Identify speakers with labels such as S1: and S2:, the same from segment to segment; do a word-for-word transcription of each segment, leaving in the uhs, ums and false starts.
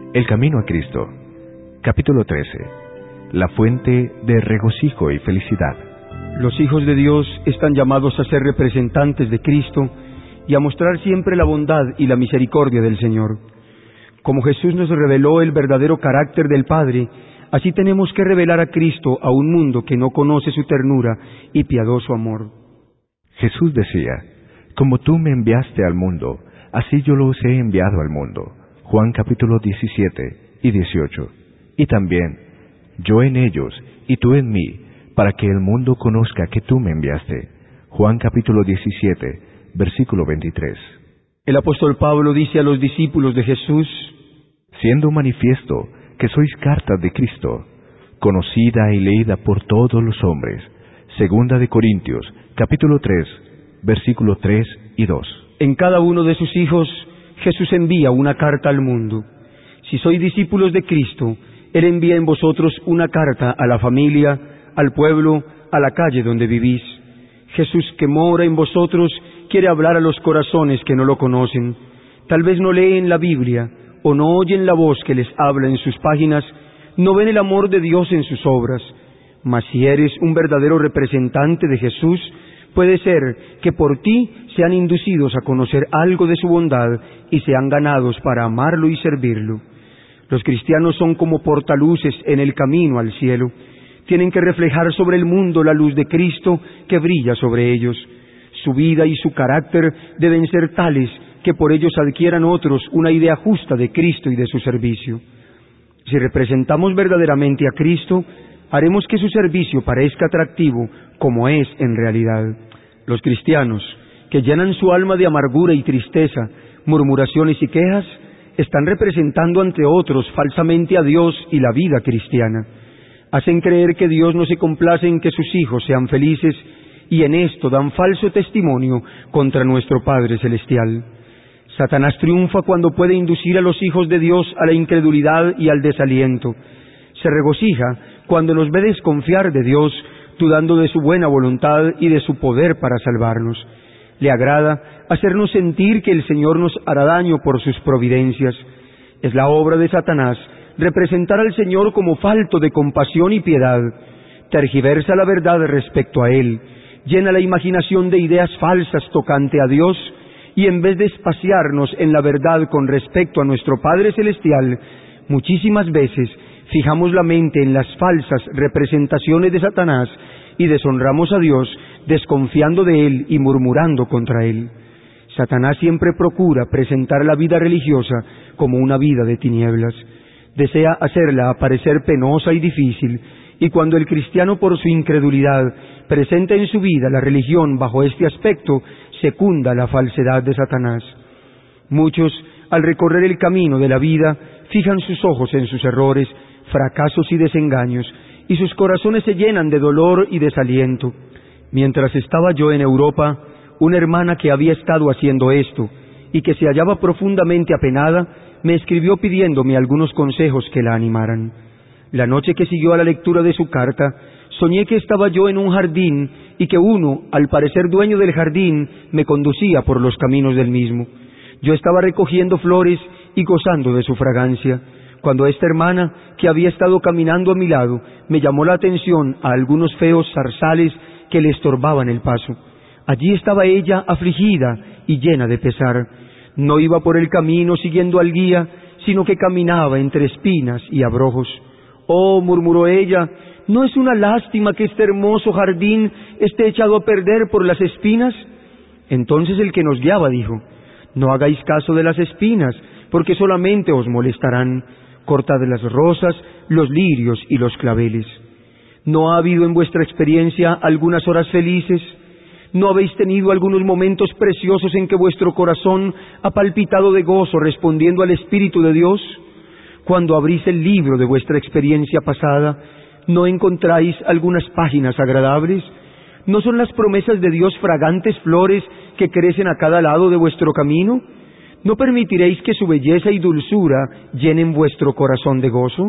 S1: El camino a Cristo. Capítulo trece. La fuente de regocijo y felicidad.
S2: Los hijos de Dios están llamados a ser representantes de Cristo y a mostrar siempre la bondad y la misericordia del Señor. Como Jesús nos reveló el verdadero carácter del Padre, así tenemos que revelar a Cristo a un mundo que no conoce su ternura y piadoso amor.
S1: Jesús decía: como tú me enviaste al mundo, así yo los he enviado al mundo. Juan capítulo diecisiete y dieciocho. Y también, yo en ellos y tú en mí, para que el mundo conozca que tú me enviaste. Juan capítulo diecisiete, versículo veintitrés.
S2: El apóstol Pablo dice a los discípulos de Jesús:
S1: siendo manifiesto que sois cartas de Cristo, conocida y leída por todos los hombres. Segunda de Corintios, capítulo tres, versículos tres y dos.
S2: En cada uno de sus hijos, Jesús envía una carta al mundo. Si sois discípulos de Cristo, Él envía en vosotros una carta a la familia, al pueblo, a la calle donde vivís. Jesús, que mora en vosotros, quiere hablar a los corazones que no lo conocen. Tal vez no leen la Biblia, o no oyen la voz que les habla en sus páginas, no ven el amor de Dios en sus obras. Mas si eres un verdadero representante de Jesús, puede ser que por ti sean inducidos a conocer algo de su bondad y sean ganados para amarlo y servirlo. Los cristianos son como portaluces en el camino al cielo. Tienen que reflejar sobre el mundo la luz de Cristo que brilla sobre ellos. Su vida y su carácter deben ser tales que por ellos adquieran otros una idea justa de Cristo y de su servicio. Si representamos verdaderamente a Cristo, haremos que su servicio parezca atractivo como es en realidad. Los cristianos, que llenan su alma de amargura y tristeza, murmuraciones y quejas, están representando ante otros falsamente a Dios y la vida cristiana. Hacen creer que Dios no se complace en que sus hijos sean felices y en esto dan falso testimonio contra nuestro Padre Celestial. Satanás triunfa cuando puede inducir a los hijos de Dios a la incredulidad y al desaliento. Se regocija cuando nos ve desconfiar de Dios, dudando de su buena voluntad y de su poder para salvarnos. Le agrada hacernos sentir que el Señor nos hará daño por sus providencias. Es la obra de Satanás representar al Señor como falto de compasión y piedad. Tergiversa la verdad respecto a Él, llena la imaginación de ideas falsas tocante a Dios, y en vez de espaciarnos en la verdad con respecto a nuestro Padre Celestial, muchísimas veces fijamos la mente en las falsas representaciones de Satanás y deshonramos a Dios desconfiando de Él y murmurando contra Él. Satanás siempre procura presentar la vida religiosa como una vida de tinieblas. Desea hacerla aparecer penosa y difícil, y cuando el cristiano por su incredulidad presenta en su vida la religión bajo este aspecto, secunda la falsedad de Satanás. Muchos, al recorrer el camino de la vida, fijan sus ojos en sus errores, fracasos y desengaños, y sus corazones se llenan de dolor y desaliento. Mientras estaba yo en Europa, una hermana que había estado haciendo esto, y que se hallaba profundamente apenada, me escribió pidiéndome algunos consejos que la animaran. La noche que siguió a la lectura de su carta, soñé que estaba yo en un jardín y que uno, al parecer dueño del jardín, me conducía por los caminos del mismo. Yo estaba recogiendo flores y gozando de su fragancia, cuando esta hermana, que había estado caminando a mi lado, me llamó la atención a algunos feos zarzales que le estorbaban el paso. Allí estaba ella afligida y llena de pesar. No iba por el camino siguiendo al guía, sino que caminaba entre espinas y abrojos. «Oh», murmuró ella, «¿no es una lástima que este hermoso jardín esté echado a perder por las espinas?» Entonces el que nos guiaba dijo: «No hagáis caso de las espinas, porque solamente os molestarán. Cortad las rosas, los lirios y los claveles». ¿No ha habido en vuestra experiencia algunas horas felices? ¿No habéis tenido algunos momentos preciosos en que vuestro corazón ha palpitado de gozo respondiendo al Espíritu de Dios? Cuando abrís el libro de vuestra experiencia pasada, ¿no encontráis algunas páginas agradables? ¿No son las promesas de Dios fragantes flores que crecen a cada lado de vuestro camino? ¿No permitiréis que su belleza y dulzura llenen vuestro corazón de gozo?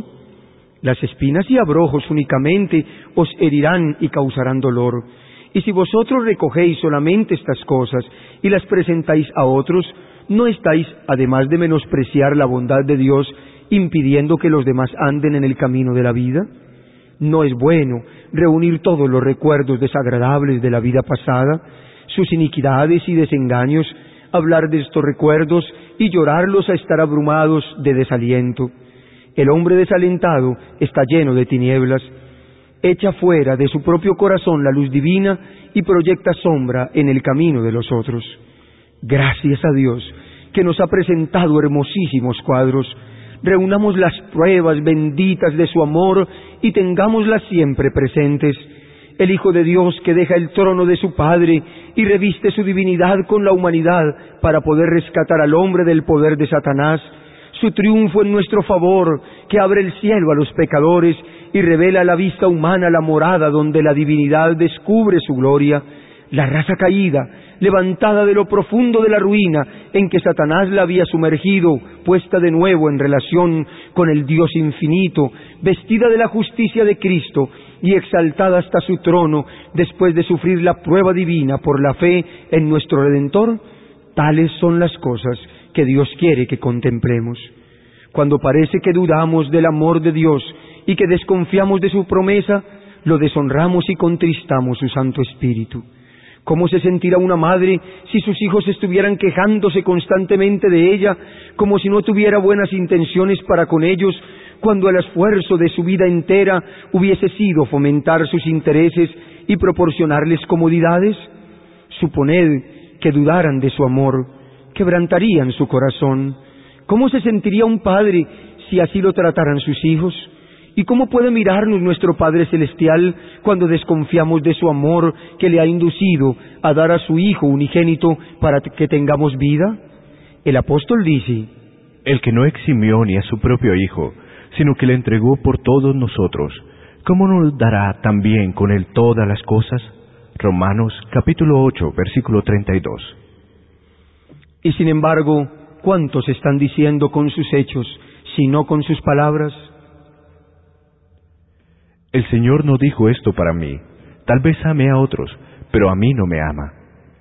S2: Las espinas y abrojos únicamente os herirán y causarán dolor. Y si vosotros recogéis solamente estas cosas y las presentáis a otros, ¿no estáis, además de menospreciar la bondad de Dios, impidiendo que los demás anden en el camino de la vida? No es bueno reunir todos los recuerdos desagradables de la vida pasada, sus iniquidades y desengaños, hablar de estos recuerdos y llorarlos a estar abrumados de desaliento. El hombre desalentado está lleno de tinieblas, echa fuera de su propio corazón la luz divina y proyecta sombra en el camino de los otros. Gracias a Dios que nos ha presentado hermosísimos cuadros. Reunamos las pruebas benditas de su amor y tengámoslas siempre presentes. El Hijo de Dios que deja el trono de su Padre y reviste su divinidad con la humanidad para poder rescatar al hombre del poder de Satanás. Su triunfo en nuestro favor, que abre el cielo a los pecadores y revela a la vista humana la morada donde la divinidad descubre su gloria. La raza caída, levantada de lo profundo de la ruina en que Satanás la había sumergido, puesta de nuevo en relación con el Dios infinito, vestida de la justicia de Cristo y exaltada hasta su trono después de sufrir la prueba divina por la fe en nuestro Redentor. Tales son las cosas que Dios quiere que contemplemos. Cuando parece que dudamos del amor de Dios y que desconfiamos de su promesa, lo deshonramos y contristamos su Santo Espíritu. ¿Cómo se sentirá una madre si sus hijos estuvieran quejándose constantemente de ella, como si no tuviera buenas intenciones para con ellos, cuando el esfuerzo de su vida entera hubiese sido fomentar sus intereses y proporcionarles comodidades? Suponed que dudaran de su amor, quebrantarían su corazón. ¿Cómo se sentiría un padre si así lo trataran sus hijos? ¿Y cómo puede mirarnos nuestro Padre Celestial cuando desconfiamos de su amor que le ha inducido a dar a su Hijo unigénito para que tengamos vida? El apóstol dice:
S1: el que no eximió ni a su propio Hijo, sino que le entregó por todos nosotros, ¿cómo nos dará también con él todas las cosas? Romanos capítulo ocho, versículo treinta y dos.
S2: Y sin embargo, ¿cuántos están diciendo con sus hechos, si no con sus palabras?
S1: El Señor no dijo esto para mí. Tal vez ame a otros, pero a mí no me ama.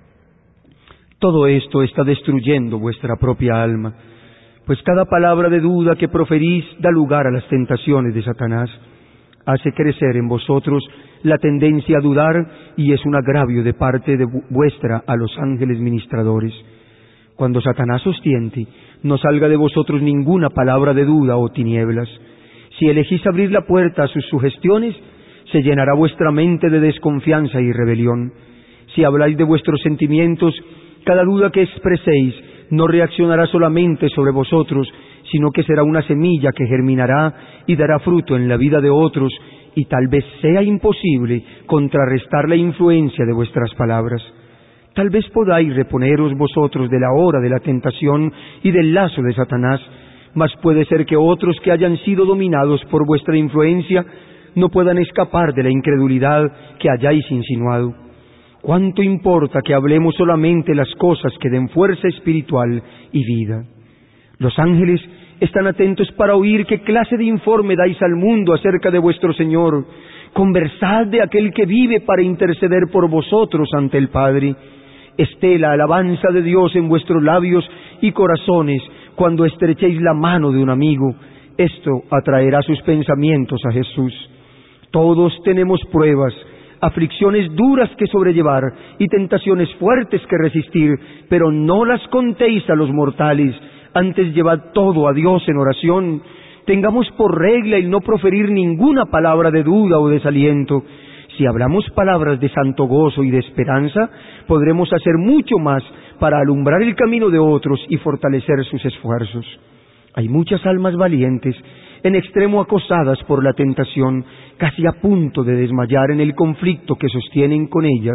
S2: Todo esto está destruyendo vuestra propia alma, pues cada palabra de duda que proferís da lugar a las tentaciones de Satanás. Hace crecer en vosotros la tendencia a dudar y es un agravio de parte de vuestra a los ángeles ministradores. Cuando Satanás os tiente, no salga de vosotros ninguna palabra de duda o tinieblas. Si elegís abrir la puerta a sus sugestiones, se llenará vuestra mente de desconfianza y rebelión. Si habláis de vuestros sentimientos, cada duda que expreséis no reaccionará solamente sobre vosotros, sino que será una semilla que germinará y dará fruto en la vida de otros, y tal vez sea imposible contrarrestar la influencia de vuestras palabras. Tal vez podáis reponeros vosotros de la hora de la tentación y del lazo de Satanás, mas puede ser que otros que hayan sido dominados por vuestra influencia no puedan escapar de la incredulidad que hayáis insinuado. ¿Cuánto importa que hablemos solamente las cosas que den fuerza espiritual y vida? Los ángeles están atentos para oír qué clase de informe dais al mundo acerca de vuestro Señor. Conversad de aquel que vive para interceder por vosotros ante el Padre. Esté la alabanza de Dios en vuestros labios y corazones cuando estrechéis la mano de un amigo. Esto atraerá sus pensamientos a Jesús. Todos tenemos pruebas, aflicciones duras que sobrellevar y tentaciones fuertes que resistir, pero no las contéis a los mortales, antes llevad todo a Dios en oración. Tengamos por regla el no proferir ninguna palabra de duda o desaliento. Si hablamos palabras de santo gozo y de esperanza, podremos hacer mucho más para alumbrar el camino de otros y fortalecer sus esfuerzos. Hay muchas almas valientes, en extremo acosadas por la tentación, casi a punto de desmayar en el conflicto que sostienen con ellas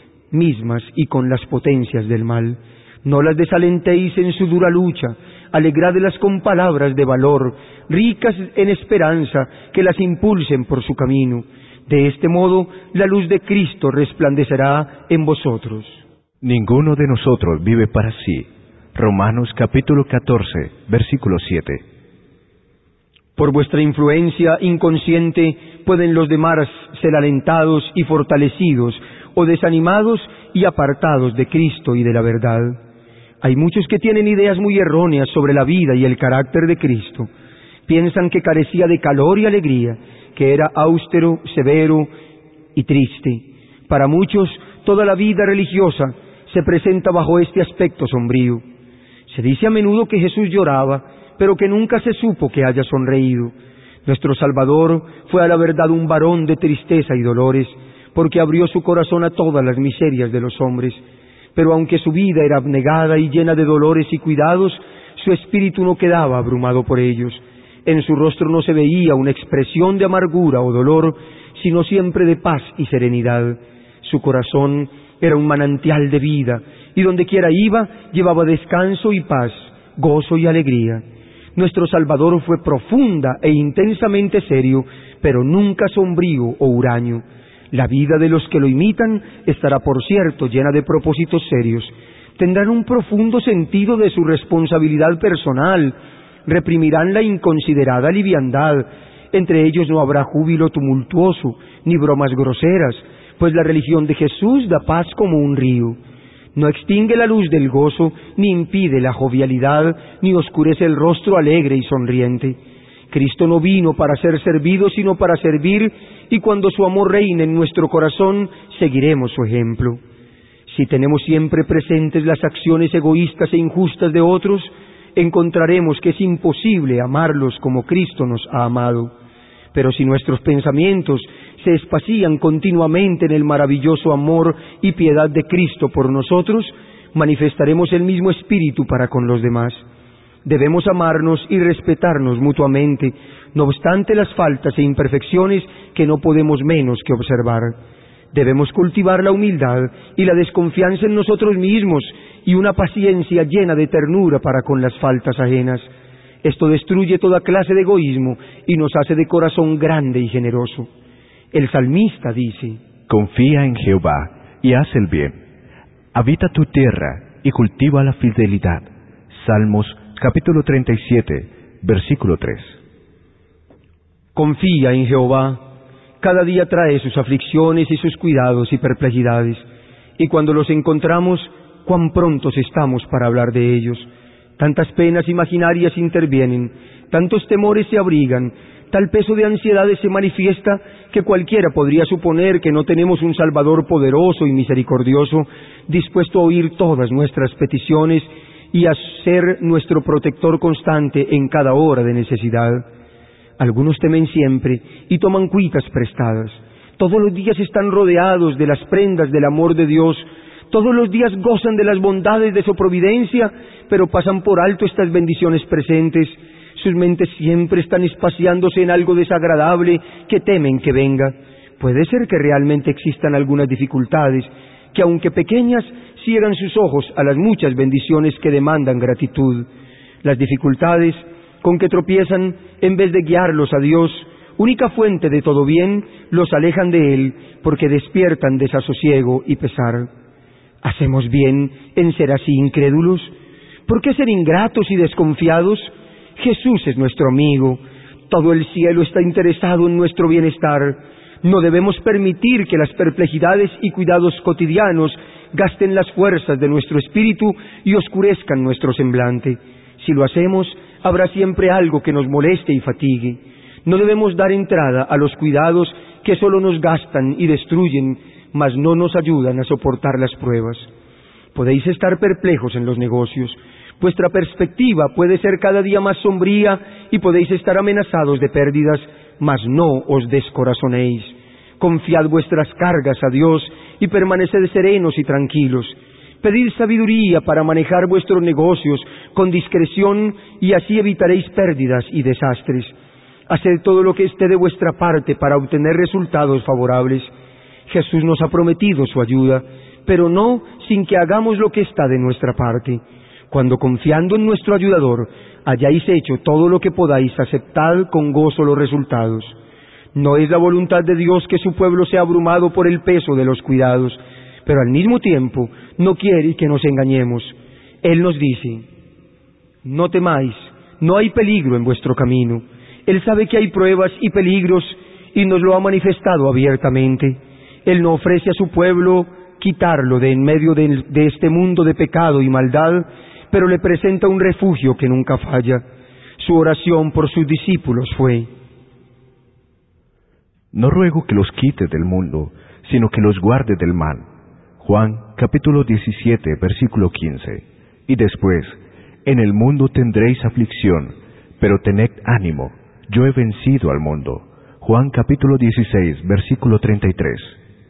S2: mismas y con las potencias del mal. No las desalentéis en su dura lucha, alegradlas con palabras de valor, ricas en esperanza, que las impulsen por su camino. De este modo, la luz de Cristo resplandecerá en vosotros.
S1: Ninguno de nosotros vive para sí. Romanos capítulo catorce, versículo siete.
S2: Por vuestra influencia inconsciente pueden los demás ser alentados y fortalecidos, o desanimados y apartados de Cristo y de la verdad. Hay muchos que tienen ideas muy erróneas sobre la vida y el carácter de Cristo. piensan que carecía de calor y alegría, que era austero, severo y triste. Para muchos, toda la vida religiosa se presenta bajo este aspecto sombrío. Se dice a menudo que Jesús lloraba, pero que nunca se supo que haya sonreído. Nuestro Salvador fue a la verdad un varón de tristeza y dolores, porque abrió su corazón a todas las miserias de los hombres. Pero aunque su vida era abnegada y llena de dolores y cuidados, su espíritu no quedaba abrumado por ellos. En su rostro no se veía una expresión de amargura o dolor, sino siempre de paz y serenidad. Su corazón era un manantial de vida, y donde quiera iba, llevaba descanso y paz, gozo y alegría. Nuestro Salvador fue profunda e intensamente serio, pero nunca sombrío o huraño. La vida de los que lo imitan estará, por cierto, llena de propósitos serios. Tendrán un profundo sentido de su responsabilidad personal, reprimirán la inconsiderada liviandad. Entre ellos no habrá júbilo tumultuoso, ni bromas groseras, pues la religión de Jesús da paz como un río. No extingue la luz del gozo, ni impide la jovialidad, ni oscurece el rostro alegre y sonriente. Cristo no vino para ser servido, sino para servir, y cuando su amor reine en nuestro corazón, seguiremos su ejemplo. Si tenemos siempre presentes las acciones egoístas e injustas de otros, encontraremos que es imposible amarlos como Cristo nos ha amado. Pero si nuestros pensamientos se espacían continuamente en el maravilloso amor y piedad de Cristo por nosotros, manifestaremos el mismo espíritu para con los demás. Debemos amarnos y respetarnos mutuamente, no obstante las faltas e imperfecciones que no podemos menos que observar. Debemos cultivar la humildad y la desconfianza en nosotros mismos y una paciencia llena de ternura para con las faltas ajenas. Esto destruye toda clase de egoísmo y nos hace de corazón grande y generoso. El salmista dice:
S1: confía en Jehová y haz el bien. Habita tu tierra y cultiva la fidelidad. Salmos capítulo treinta y siete, versículo tres.
S2: Confía en Jehová. Cada día trae sus aflicciones y sus cuidados y perplejidades, y cuando los encontramos, cuán prontos estamos para hablar de ellos. Tantas penas imaginarias intervienen, tantos temores se abrigan, tal peso de ansiedades se manifiesta, que cualquiera podría suponer que no tenemos un Salvador poderoso y misericordioso, dispuesto a oír todas nuestras peticiones y a ser nuestro protector constante en cada hora de necesidad. Algunos temen siempre y toman cuitas prestadas. Todos los días están rodeados de las prendas del amor de Dios. Todos los días gozan de las bondades de su providencia, pero pasan por alto estas bendiciones presentes. Sus mentes siempre están espaciándose en algo desagradable que temen que venga. Puede ser que realmente existan algunas dificultades, que aunque pequeñas, ciegan sus ojos a las muchas bendiciones que demandan gratitud. Las dificultades con que tropiezan, en vez de guiarlos a Dios, única fuente de todo bien, los alejan de Él, porque despiertan desasosiego y pesar. ¿Hacemos bien en ser así incrédulos? ¿Por qué ser ingratos y desconfiados? Jesús es nuestro amigo. Todo el cielo está interesado en nuestro bienestar. No debemos permitir que las perplejidades y cuidados cotidianos gasten las fuerzas de nuestro espíritu y oscurezcan nuestro semblante. Si lo hacemos, habrá siempre algo que nos moleste y fatigue. No debemos dar entrada a los cuidados que solo nos gastan y destruyen, mas no nos ayudan a soportar las pruebas. Podéis estar perplejos en los negocios. Vuestra perspectiva puede ser cada día más sombría y podéis estar amenazados de pérdidas, mas no os descorazonéis. Confiad vuestras cargas a Dios y permaneced serenos y tranquilos. Pedid sabiduría para manejar vuestros negocios con discreción y así evitaréis pérdidas y desastres. Haced todo lo que esté de vuestra parte para obtener resultados favorables. Jesús nos ha prometido su ayuda, pero no sin que hagamos lo que está de nuestra parte. Cuando confiando en nuestro ayudador hayáis hecho todo lo que podáis, aceptad con gozo los resultados. No es la voluntad de Dios que su pueblo sea abrumado por el peso de los cuidados, pero al mismo tiempo no quiere que nos engañemos. Él nos dice: no temáis, no hay peligro en vuestro camino. Él sabe que hay pruebas y peligros y nos lo ha manifestado abiertamente. Él no ofrece a su pueblo quitarlo de en medio de, de este mundo de pecado y maldad, pero le presenta un refugio que nunca falla. Su oración por sus discípulos fue:
S1: No ruego que los quite del mundo, sino que los guarde del mal. Juan capítulo diecisiete, versículo quince. Y después: En el mundo tendréis aflicción, pero tened ánimo, yo he vencido al mundo. Juan capítulo dieciséis, versículo treinta y tres.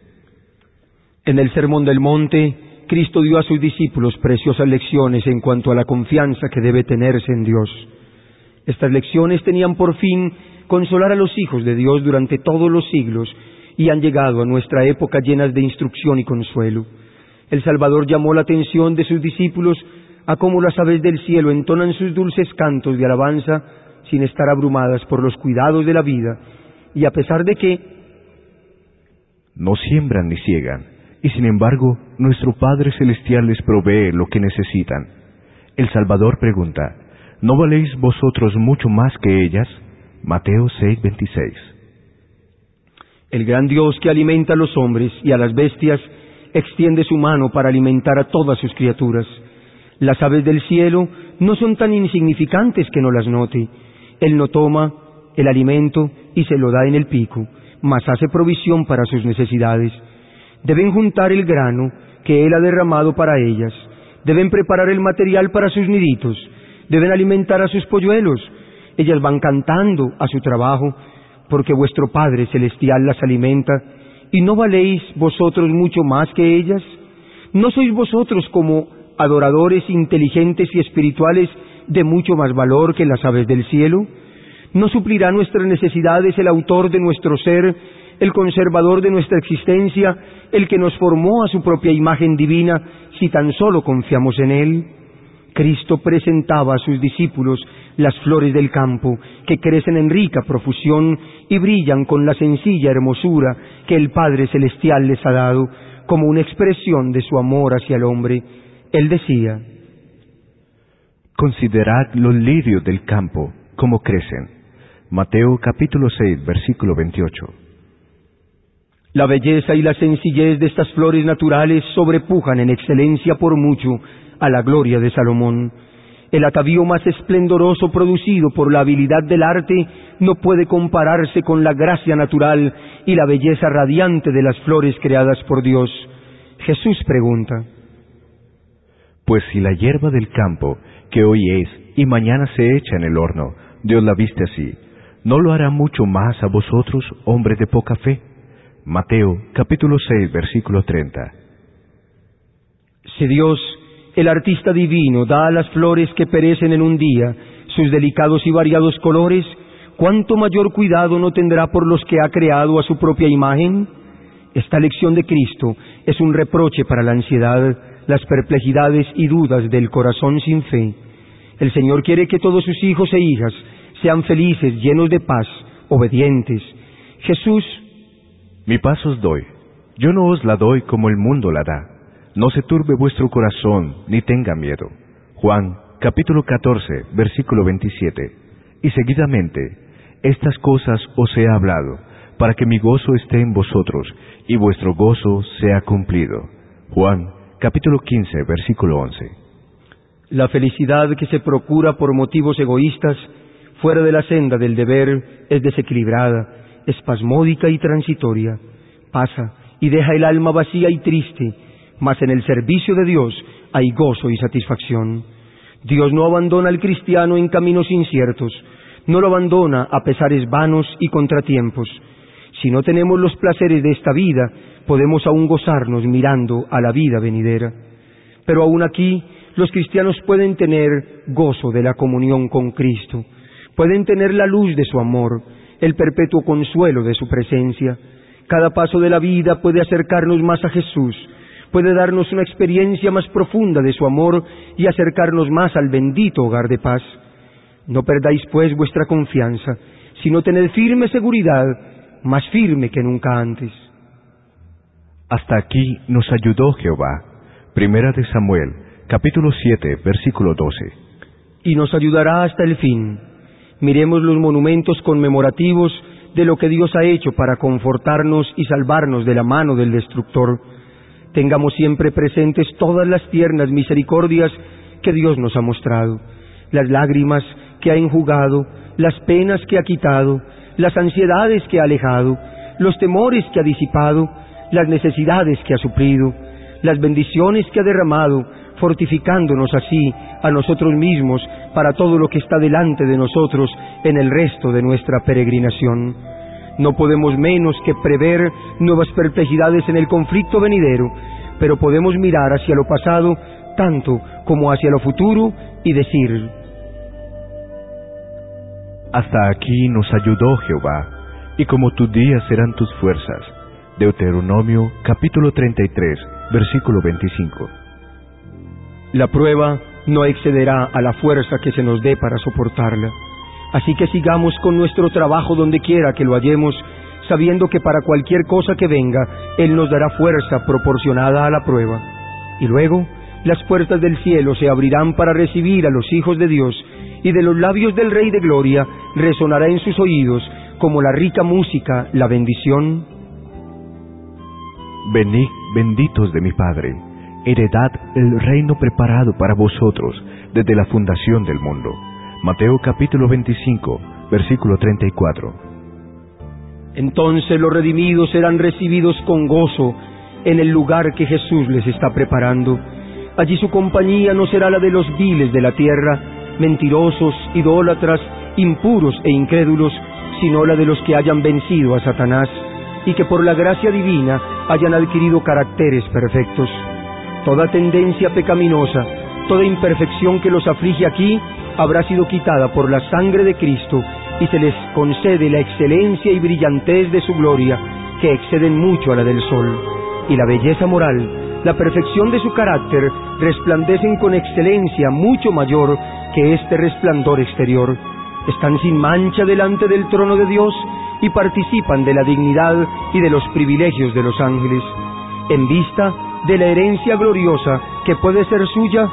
S2: En el Sermón del Monte, Cristo dio a sus discípulos preciosas lecciones en cuanto a la confianza que debe tenerse en Dios. Estas lecciones tenían por fin consolar a los hijos de Dios durante todos los siglos y han llegado a nuestra época llenas de instrucción y consuelo. El Salvador llamó la atención de sus discípulos a cómo las aves del cielo entonan sus dulces cantos de alabanza sin estar abrumadas por los cuidados de la vida, y a pesar de que
S1: no siembran ni ciegan, y sin embargo nuestro Padre Celestial les provee lo que necesitan. El Salvador pregunta: ¿no valéis vosotros mucho más que ellas? Mateo seis, veintiséis.
S2: El gran Dios que alimenta a los hombres y a las bestias extiende su mano para alimentar a todas sus criaturas. Las aves del cielo no son tan insignificantes que no las note. Él no toma el alimento y se lo da en el pico, mas hace provisión para sus necesidades. Deben juntar el grano que Él ha derramado para ellas. Deben preparar el material para sus niditos. Deben alimentar a sus polluelos. Ellas van cantando a su trabajo, porque vuestro Padre Celestial las alimenta. ¿Y no valéis vosotros mucho más que ellas? ¿No sois vosotros como adoradores inteligentes y espirituales de mucho más valor que las aves del cielo? ¿No suplirá nuestras necesidades el autor de nuestro ser, el conservador de nuestra existencia, el que nos formó a su propia imagen divina, si tan solo confiamos en Él? Cristo presentaba a sus discípulos las flores del campo, que crecen en rica profusión y brillan con la sencilla hermosura que el Padre Celestial les ha dado, como una expresión de su amor hacia el hombre. Él decía:
S1: Considerad los lirios del campo, cómo crecen. Mateo capítulo seis, versículo veintiocho.
S2: La belleza y la sencillez de estas flores naturales sobrepujan en excelencia por mucho a la gloria de Salomón. El atavío más esplendoroso producido por la habilidad del arte no puede compararse con la gracia natural y la belleza radiante de las flores creadas por Dios. Jesús pregunta:
S1: Pues si la hierba del campo, que hoy es y mañana se echa en el horno, Dios la viste así, ¿no lo hará mucho más a vosotros, hombres de poca fe? Mateo capítulo seis, versículo treinta.
S2: Si Dios, el artista divino, da a las flores que perecen en un día sus delicados y variados colores, ¿cuánto mayor cuidado no tendrá por los que ha creado a su propia imagen? Esta lección de Cristo es un reproche para la ansiedad, las perplejidades y dudas del corazón sin fe. El Señor quiere que todos sus hijos e hijas sean felices, llenos de paz, obedientes. Jesús:
S1: Mi paz os doy, yo no os la doy como el mundo la da. No se turbe vuestro corazón, ni tenga miedo. Juan capítulo catorce, versículo veintisiete. Y seguidamente: Estas cosas os he hablado, para que mi gozo esté en vosotros, y vuestro gozo sea cumplido. Juan capítulo quince, versículo once.
S2: La felicidad que se procura por motivos egoístas, fuera de la senda del deber, es desequilibrada, espasmódica y transitoria. Pasa y deja el alma vacía y triste, mas en el servicio de Dios hay gozo y satisfacción. Dios no abandona al cristiano en caminos inciertos, no lo abandona a pesares vanos y contratiempos. Si no tenemos los placeres de esta vida, podemos aún gozarnos mirando a la vida venidera. Pero aún aquí, los cristianos pueden tener gozo de la comunión con Cristo, pueden tener la luz de su amor, el perpetuo consuelo de su presencia. Cada paso de la vida puede acercarnos más a Jesús, puede darnos una experiencia más profunda de su amor y acercarnos más al bendito hogar de paz. No perdáis pues vuestra confianza, sino tened firme seguridad, más firme que nunca antes.
S1: Hasta aquí nos ayudó Jehová. Primera de Samuel, capítulo siete, versículo doce.
S2: Y nos ayudará hasta el fin. Miremos los monumentos conmemorativos de lo que Dios ha hecho para confortarnos y salvarnos de la mano del destructor. Tengamos siempre presentes todas las tiernas misericordias que Dios nos ha mostrado, las lágrimas que ha enjugado, las penas que ha quitado, las ansiedades que ha alejado, los temores que ha disipado, las necesidades que ha suplido, las bendiciones que ha derramado, fortificándonos así a nosotros mismos para todo lo que está delante de nosotros en el resto de nuestra peregrinación. No podemos menos que prever nuevas perplejidades en el conflicto venidero, pero podemos mirar hacia lo pasado tanto como hacia lo futuro y decir:
S1: hasta aquí nos ayudó Jehová, y como tus días serán tus fuerzas. Deuteronomio capítulo treinta y tres, versículo veinticinco.
S2: La prueba no excederá a la fuerza que se nos dé para soportarla. Así que sigamos con nuestro trabajo donde quiera que lo hallemos, sabiendo que para cualquier cosa que venga, Él nos dará fuerza proporcionada a la prueba. Y luego, las puertas del cielo se abrirán para recibir a los hijos de Dios, y de los labios del Rey de Gloria resonará en sus oídos, como la rica música, la bendición:
S1: venid, benditos de mi Padre, heredad el reino preparado para vosotros desde la fundación del mundo. Mateo capítulo veinticinco, versículo treinta y cuatro.
S2: Entonces los redimidos serán recibidos con gozo en el lugar que Jesús les está preparando. Allí su compañía no será la de los viles de la tierra, mentirosos, idólatras, impuros e incrédulos, sino la de los que hayan vencido a Satanás y que por la gracia divina hayan adquirido caracteres perfectos. Toda tendencia pecaminosa, toda imperfección que los aflige aquí, habrá sido quitada por la sangre de Cristo, y se les concede la excelencia y brillantez de su gloria, que exceden mucho a la del sol. Y la belleza moral, la perfección de su carácter, resplandecen con excelencia mucho mayor que este resplandor exterior. Están sin mancha delante del trono de Dios, y participan de la dignidad y de los privilegios de los ángeles. En vista de la herencia gloriosa que puede ser suya,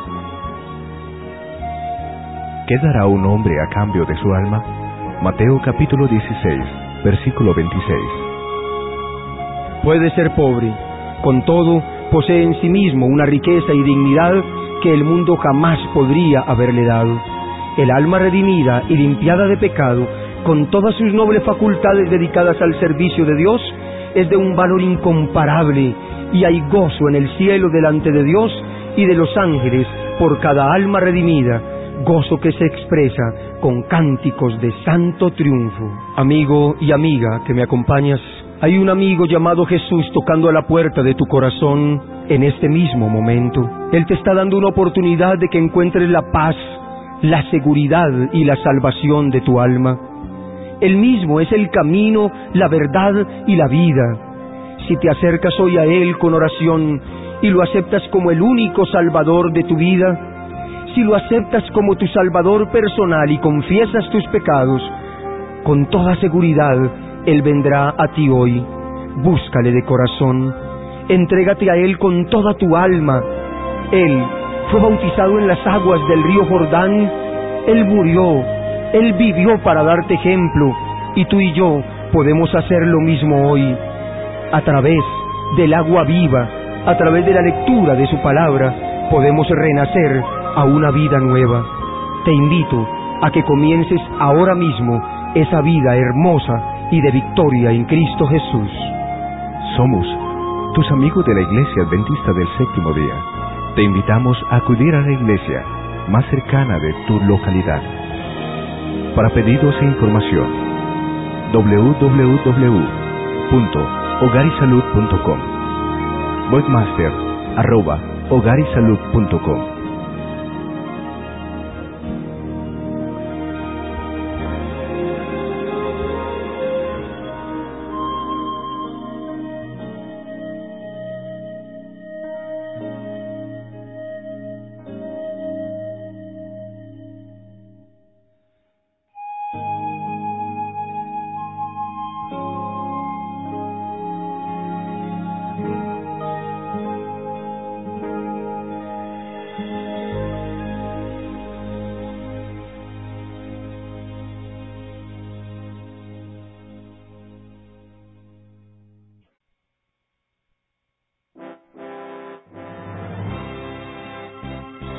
S1: ¿qué dará un hombre a cambio de su alma? Mateo capítulo dieciséis, versículo veintiséis.
S2: Puede ser pobre, con todo posee en sí mismo una riqueza y dignidad que el mundo jamás podría haberle dado. El alma redimida y limpiada de pecado, con todas sus nobles facultades dedicadas al servicio de Dios, es de un valor incomparable, y hay gozo en el cielo delante de Dios y de los ángeles por cada alma redimida, gozo que se expresa con cánticos de santo triunfo. Amigo y amiga que me acompañas, hay un amigo llamado Jesús tocando a la puerta de tu corazón en este mismo momento. Él te está dando una oportunidad de que encuentres la paz, la seguridad y la salvación de tu alma. Él mismo es el camino, la verdad y la vida. Si te acercas hoy a Él con oración y lo aceptas como el único Salvador de tu vida, si lo aceptas como tu Salvador personal y confiesas tus pecados, con toda seguridad Él vendrá a ti hoy. Búscale de corazón, entrégate a Él con toda tu alma. Él fue bautizado en las aguas del río Jordán, Él murió, Él vivió para darte ejemplo, y tú y yo podemos hacer lo mismo hoy. A través del agua viva, a través de la lectura de su palabra, podemos renacer a una vida nueva. Te invito a que comiences ahora mismo esa vida hermosa y de victoria en Cristo Jesús.
S1: Somos tus amigos de la Iglesia Adventista del Séptimo Día. Te invitamos a acudir a la iglesia más cercana de tu localidad. Para pedidos e información, doble u doble u doble u punto hogar y salud punto com, webmaster arroba hogar y salud punto com.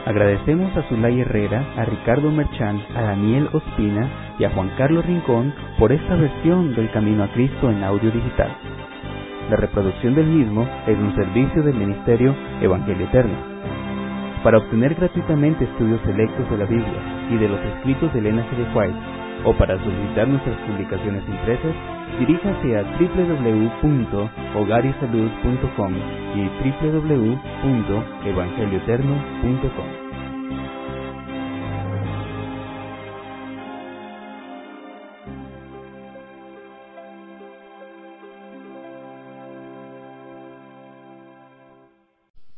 S3: Agradecemos a Zulay Herrera, a Ricardo Merchán, a Daniel Ospina y a Juan Carlos Rincón por esta versión del Camino a Cristo en audio digital. La reproducción del mismo es un servicio del Ministerio Evangelio Eterno. Para obtener gratuitamente estudios selectos de la Biblia y de los escritos de Elena G. de White, o para solicitar nuestras publicaciones impresas, diríjase a doble u doble u doble u punto hogar y salud punto com y doble u doble u doble u punto evangelio eterno punto com.